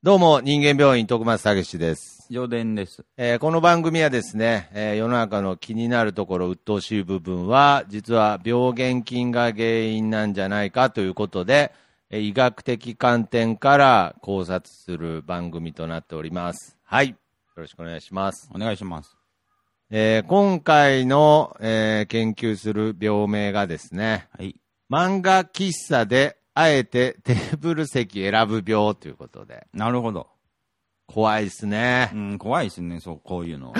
どうも、人間病院徳松武です。 上田です。 この番組はですね、世の中の気になるところ、鬱陶しい部分は、実は病原菌が原因なんじゃないかということで、医学的観点から考察する番組となっております。はい。よろしくお願いします。 お願いします。 今回の、研究する病名がですね、 はい。 漫画喫茶であえてテーブル席選ぶ病ということで。 なるほど。 怖いですね。 怖いですね、そう、こういうの。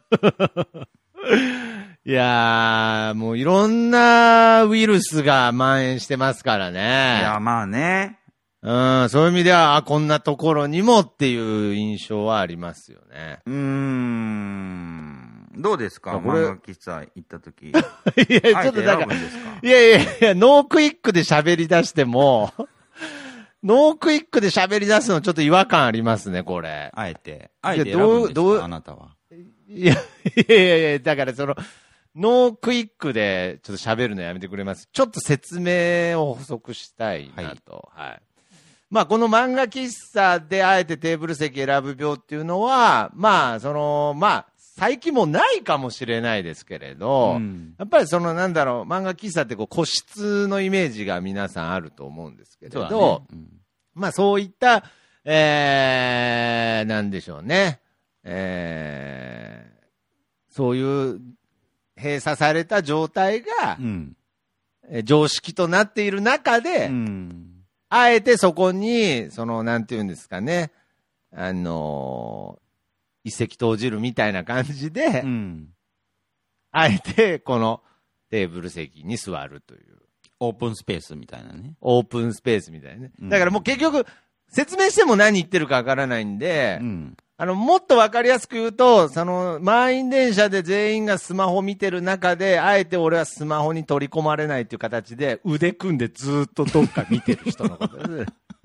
いやー、もういろんなウイルスが蔓延してますからね。 いや、まあね。 そういう意味では、こんなところにもっていう印象はありますよね。 どうですか、漫画喫茶行った時。いや、ちょっとなんか、いや、ノークイックで喋り出しても、ノークイックで喋り出すのちょっと違和感ありますね、これ。 あえて選ぶんですか、あなたは。 いや、だからその、ノークイックでちょっと喋るのやめてくれます。ちょっと説明を補足したいなと。はい。まあ、この漫画喫茶であえてテーブル席選ぶ病っていうのは、まあ、最近もないかもしれないですけれど、やっぱり漫画喫茶って個室のイメージが皆さんあると思うんですけれど、まあそういった、なんでしょうね、そういう閉鎖された状態が、常識となっている中で、あえてそこに、なんていうんですかね、一石投じるみたいな感じで、あえてこのテーブル席に座るという。 オープンスペースみたいなね。 オープンスペースみたいなね。だからもう結局、説明しても何言ってるかわからないんで、もっとわかりやすく言うと、満員電車で全員がスマホ見てる中で、あえて俺はスマホに取り込まれないという形で、腕組んでずっとどっか見てる人のことです。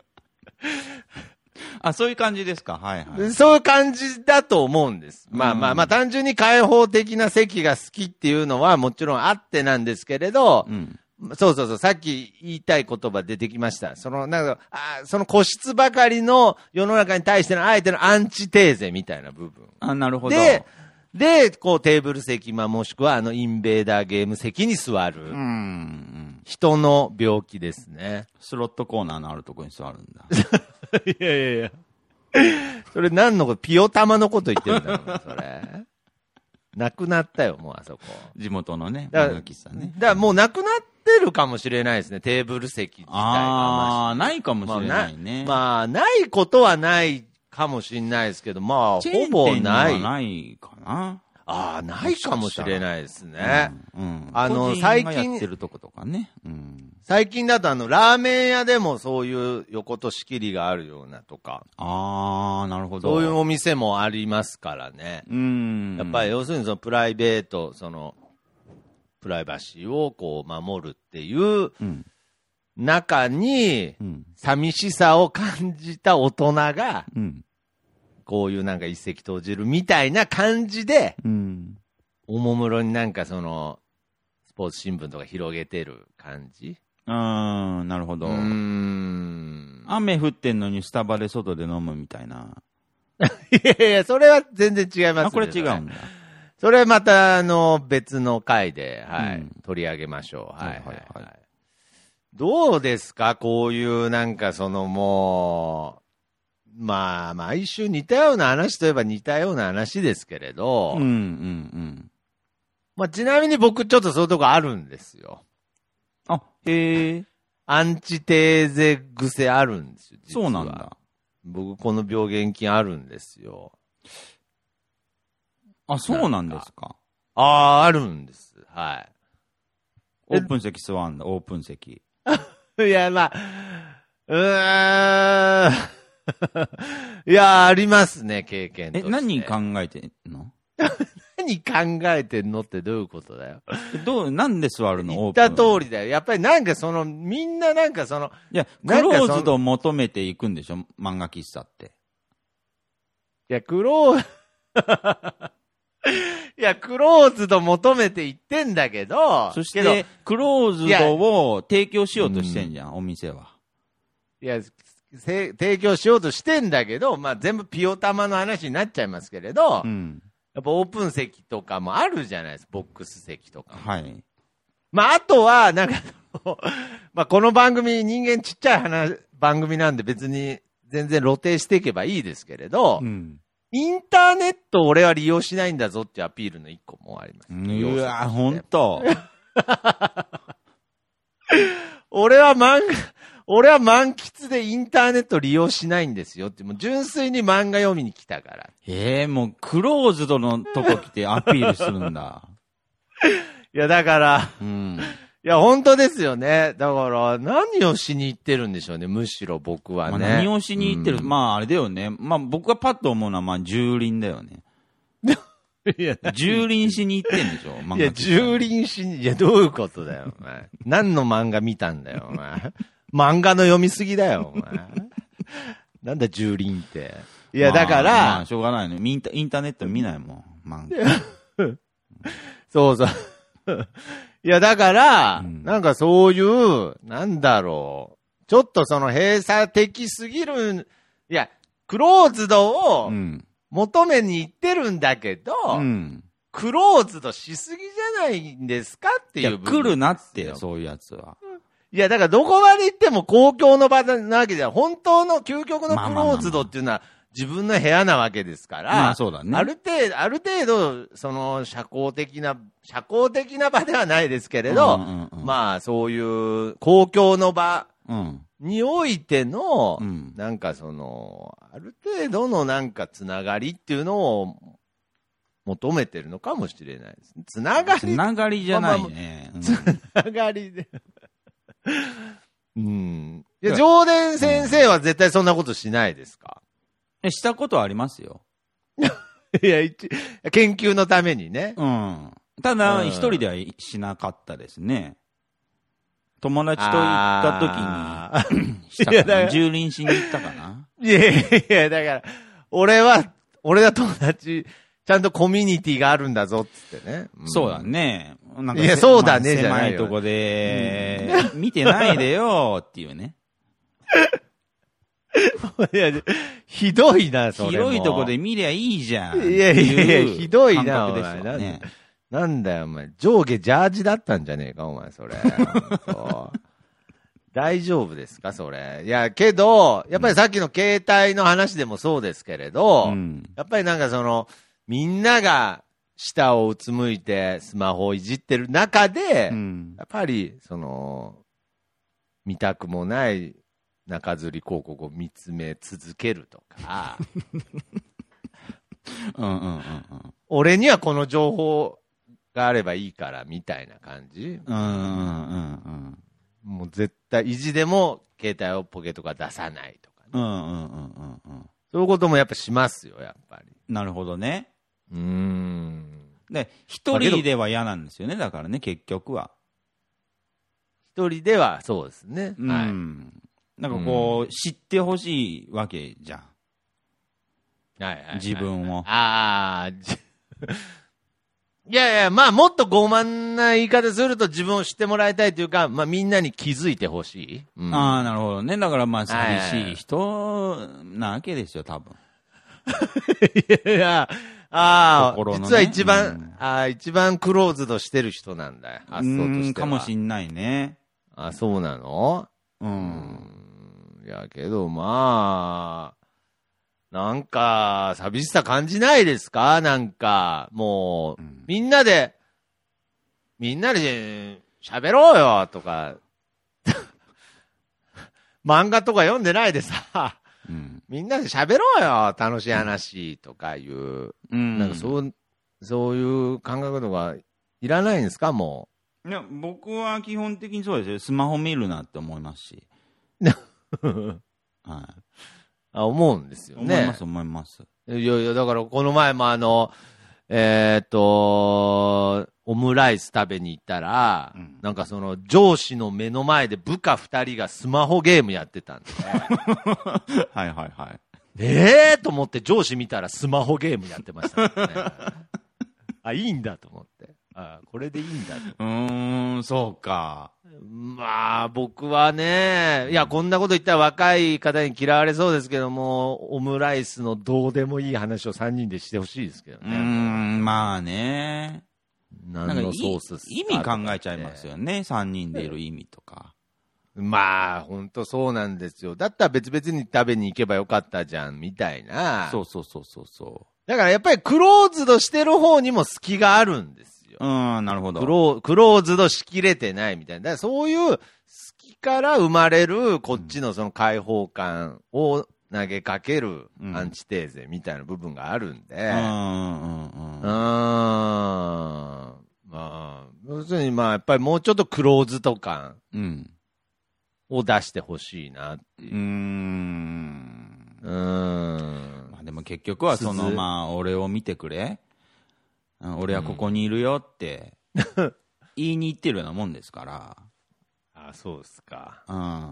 あ、そういう感じですか。はいはい。 そういう感じだと思うんです。まあ、単純に開放的な席が好きっていうのはもちろんあってなんですけれど、そう、さっき言いたい言葉出てきました。その個室ばかりの世の中に対してのあえてのアンチテーゼみたいな部分。 あ、なるほど。 で、テーブル席、もしくはインベーダーゲーム席に座る。人の病気ですね。 スロットコーナーのあるところに座るんだ。 いや。それ何のこと、ピオ玉のこと言ってるんだろう、それ。なくなったよ、もうあそこ。 地元のね、漫画喫茶ね。 だからもうなくなってるかもしれないですね、テーブル席自体が。 ないかもしれないね。 ないことはないかもしれないですけど、ほぼない。 ないかな。 ないかもしれないですね。 最近やってるとことかね。 最近だとラーメン屋でもそういう横と仕切りがあるようなとか。 なるほど。 そういうお店もありますからね。やっぱり要するにプライベート、プライバシーを守るっていう中に、寂しさを感じた大人が、こういう一石投じるみたいな感じで、おもむろにスポーツ新聞とか広げてる感じ。 なるほど。雨降ってんのにスタバで外で飲むみたいな。 いや、それは全然違いますね。 これ違うんだ。 それまた別の回で、取り上げましょう。はい。どうですか、こういうもう、毎週似たような話といえば似たような話ですけれど、ちなみに僕ちょっとそういうとこあるんですよ。アンチテーゼ癖あるんですよ、実は。 そうなんだ。 僕この病原菌あるんですよ。 そうなんですか。 あるんです。はい。 オープン席座んだ、オープン席。 いや、いや、ありますね、経験として。 何考えてんの何考えてんのってどういうことだよ。 なんで座るの？ 言った通りだよ。やっぱりみんないや、クローズド求めていくんでしょ、漫画喫茶って。 いや、クローズド求めていってんだけど。 そして、クローズドを提供しようとしてんじゃん、お店は。 いや、 提供しようとしてんだけど、まあ全部ピオタマの話になっちゃいますけれど、 うん、 やっぱオープン席とかもあるじゃないですか、ボックス席とか。 はい。 まああとは、なんかまあこの番組、人間ちっちゃい番組なんで別に全然露呈していけばいいですけれど、 うん、 インターネットを俺は利用しないんだぞっていうアピールの一個もあります。 うわ、ほんと。 俺は満喫でインターネット利用しないんですよって、もう純粋に漫画読みに来たから。 もうクローズドのとこ来てアピールするんだ。 いや、だから、 うん。 いや、本当ですよね。だから、何をしに行ってるんでしょうね、むしろ僕はね。 まあ、何をしに行ってる、まあ、あれだよね。まあ、僕がパッと思うのは、まあ、蹂躙だよね。 いや、 蹂躙しに行ってんでしょ漫画。 いや、蹂躙しに、いや、どういうことだよ、お前。何の漫画見たんだよ、お前。漫画の読みすぎだよ、お前。なんだ、蹂躙って。いや、だから、 まあ、しょうがないね。インターネット見ないもん、漫画。 そうそう。いや、だから、 うん、 なんかそういう、なんだろう。ちょっとその閉鎖的すぎる、いや、クローズドを求めに行ってるんだけど、 うん、 クローズドしすぎじゃないんですかっていう部分。 いや、来るなってよ、そういうやつは。 いや、だからどこまで行っても公共の場なわけじゃん。本当の究極のクローズドっていうのは自分の部屋なわけですから。 まあそうだね。 ある程度、その社交的な場ではないですけれど、まあそういう公共の場においての、なんかその、ある程度のなんかつながりっていうのを求めてるのかもしれないですね。つながりじゃないね。 つながりで。うん。いや、上田先生は絶対そんなことしないですか？ したことはありますよ。 いや、研究のためにね。 うん。ただ、一人ではしなかったですね。友達と行った時に、したかな。蹂躙しに行ったかな。 いや、だから、俺は友達、ちゃんとコミュニティがあるんだぞ、つってね。 そうだね。なんかいや、そうだね、じゃ狭いとこで、見てないでよ、っていうね。 いや、ひどいな、それも。 広いとこで見りゃいいじゃん。 いや、ひどいな、 お前。 なんだよ、お前。上下ジャージだったんじゃねえか、お前、それ。大丈夫ですか、それ。いや、けど、やっぱりさっきの携帯の話でもそうですけれど、やっぱりなんかその、みんなが舌をうつむいてスマホをいじってる中で、やっぱり、その、見たくもない中吊り広告を見つめ続けるとか、俺にはこの情報があればいいからみたいな感じ。もう絶対意地でも携帯をポケットから出さないとかね。そういうこともやっぱしますよ、やっぱり。 なるほどね。で、一人では嫌なんですよね、だからね、結局は。 一人ではそうですね。はい。 なんかこう、知ってほしいわけじゃん。自分を。 いや、まあもっと傲慢な言い方すると自分を知ってもらいたいというか、まあみんなに気づいてほしい。 なるほどね。だからまあ寂しい人なわけですよ、多分。 いや、実は一番クローズドしてる人なんだよ。発想としては。 かもしんないね。 そうなの？いや、けどまあ、なんか、寂しさ感じないですか？なんか、もう、みんなで喋ろうよとか、漫画とか読んでないでさ、みんなで喋ろうよ楽しい話とかいう、なんかそういう感覚とかいらないんですか？もう。いや、僕は基本的にそうですよ。スマホ見るなって思いますし。はい。 思うんですよね。 思います。 いや、だからこの前もオムライス食べに行ったら、なんかその上司の目の前で部下2人がスマホゲームやってたんで、と思って上司見たらスマホゲームやってましたね。いいんだと思って。 あこれでいいんだと。 そうか。 まあ、僕はね、いや、こんなこと言ったら若い方に嫌われそうですけども、オムライスのどうでもいい話を3人でしてほしいですけどね。 まあね。 何のソース意味考えちゃいますよね。3人でいる意味とか。 まあ、ほんとそうなんですよ。だったら別々に食べに行けばよかったじゃん、みたいな。 そう。 だからやっぱりクローズドしてる方にも隙があるんですよ。 なるほど。 クローズドしきれてないみたいな。だからそういう隙から生まれるこっちのその開放感を投げかけるアンチテーゼみたいな部分があるんで。まあ、要するにまあやっぱりもうちょっとクローズド感を出してほしいなっていう。 まあでも結局はまあ俺を見てくれ。俺はここにいるよって言いに行ってるようなもんですから。 あ、そうですか。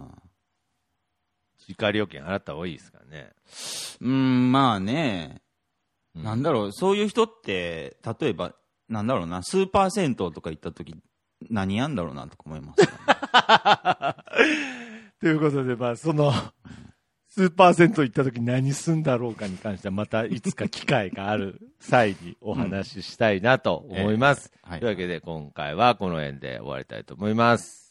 追加料金払った方がいいですかね。 まあね。なんだろう、そういう人って、例えば、なんだろうな、スーパー銭湯とか行った時、何やんだろうなとか思いますよね。 ということで、まあ、その、スーパー銭湯行った時何すんだろうかに関しては、またいつか機会がある際にお話ししたいなと思います。というわけで、今回はこの辺で終わりたいと思います。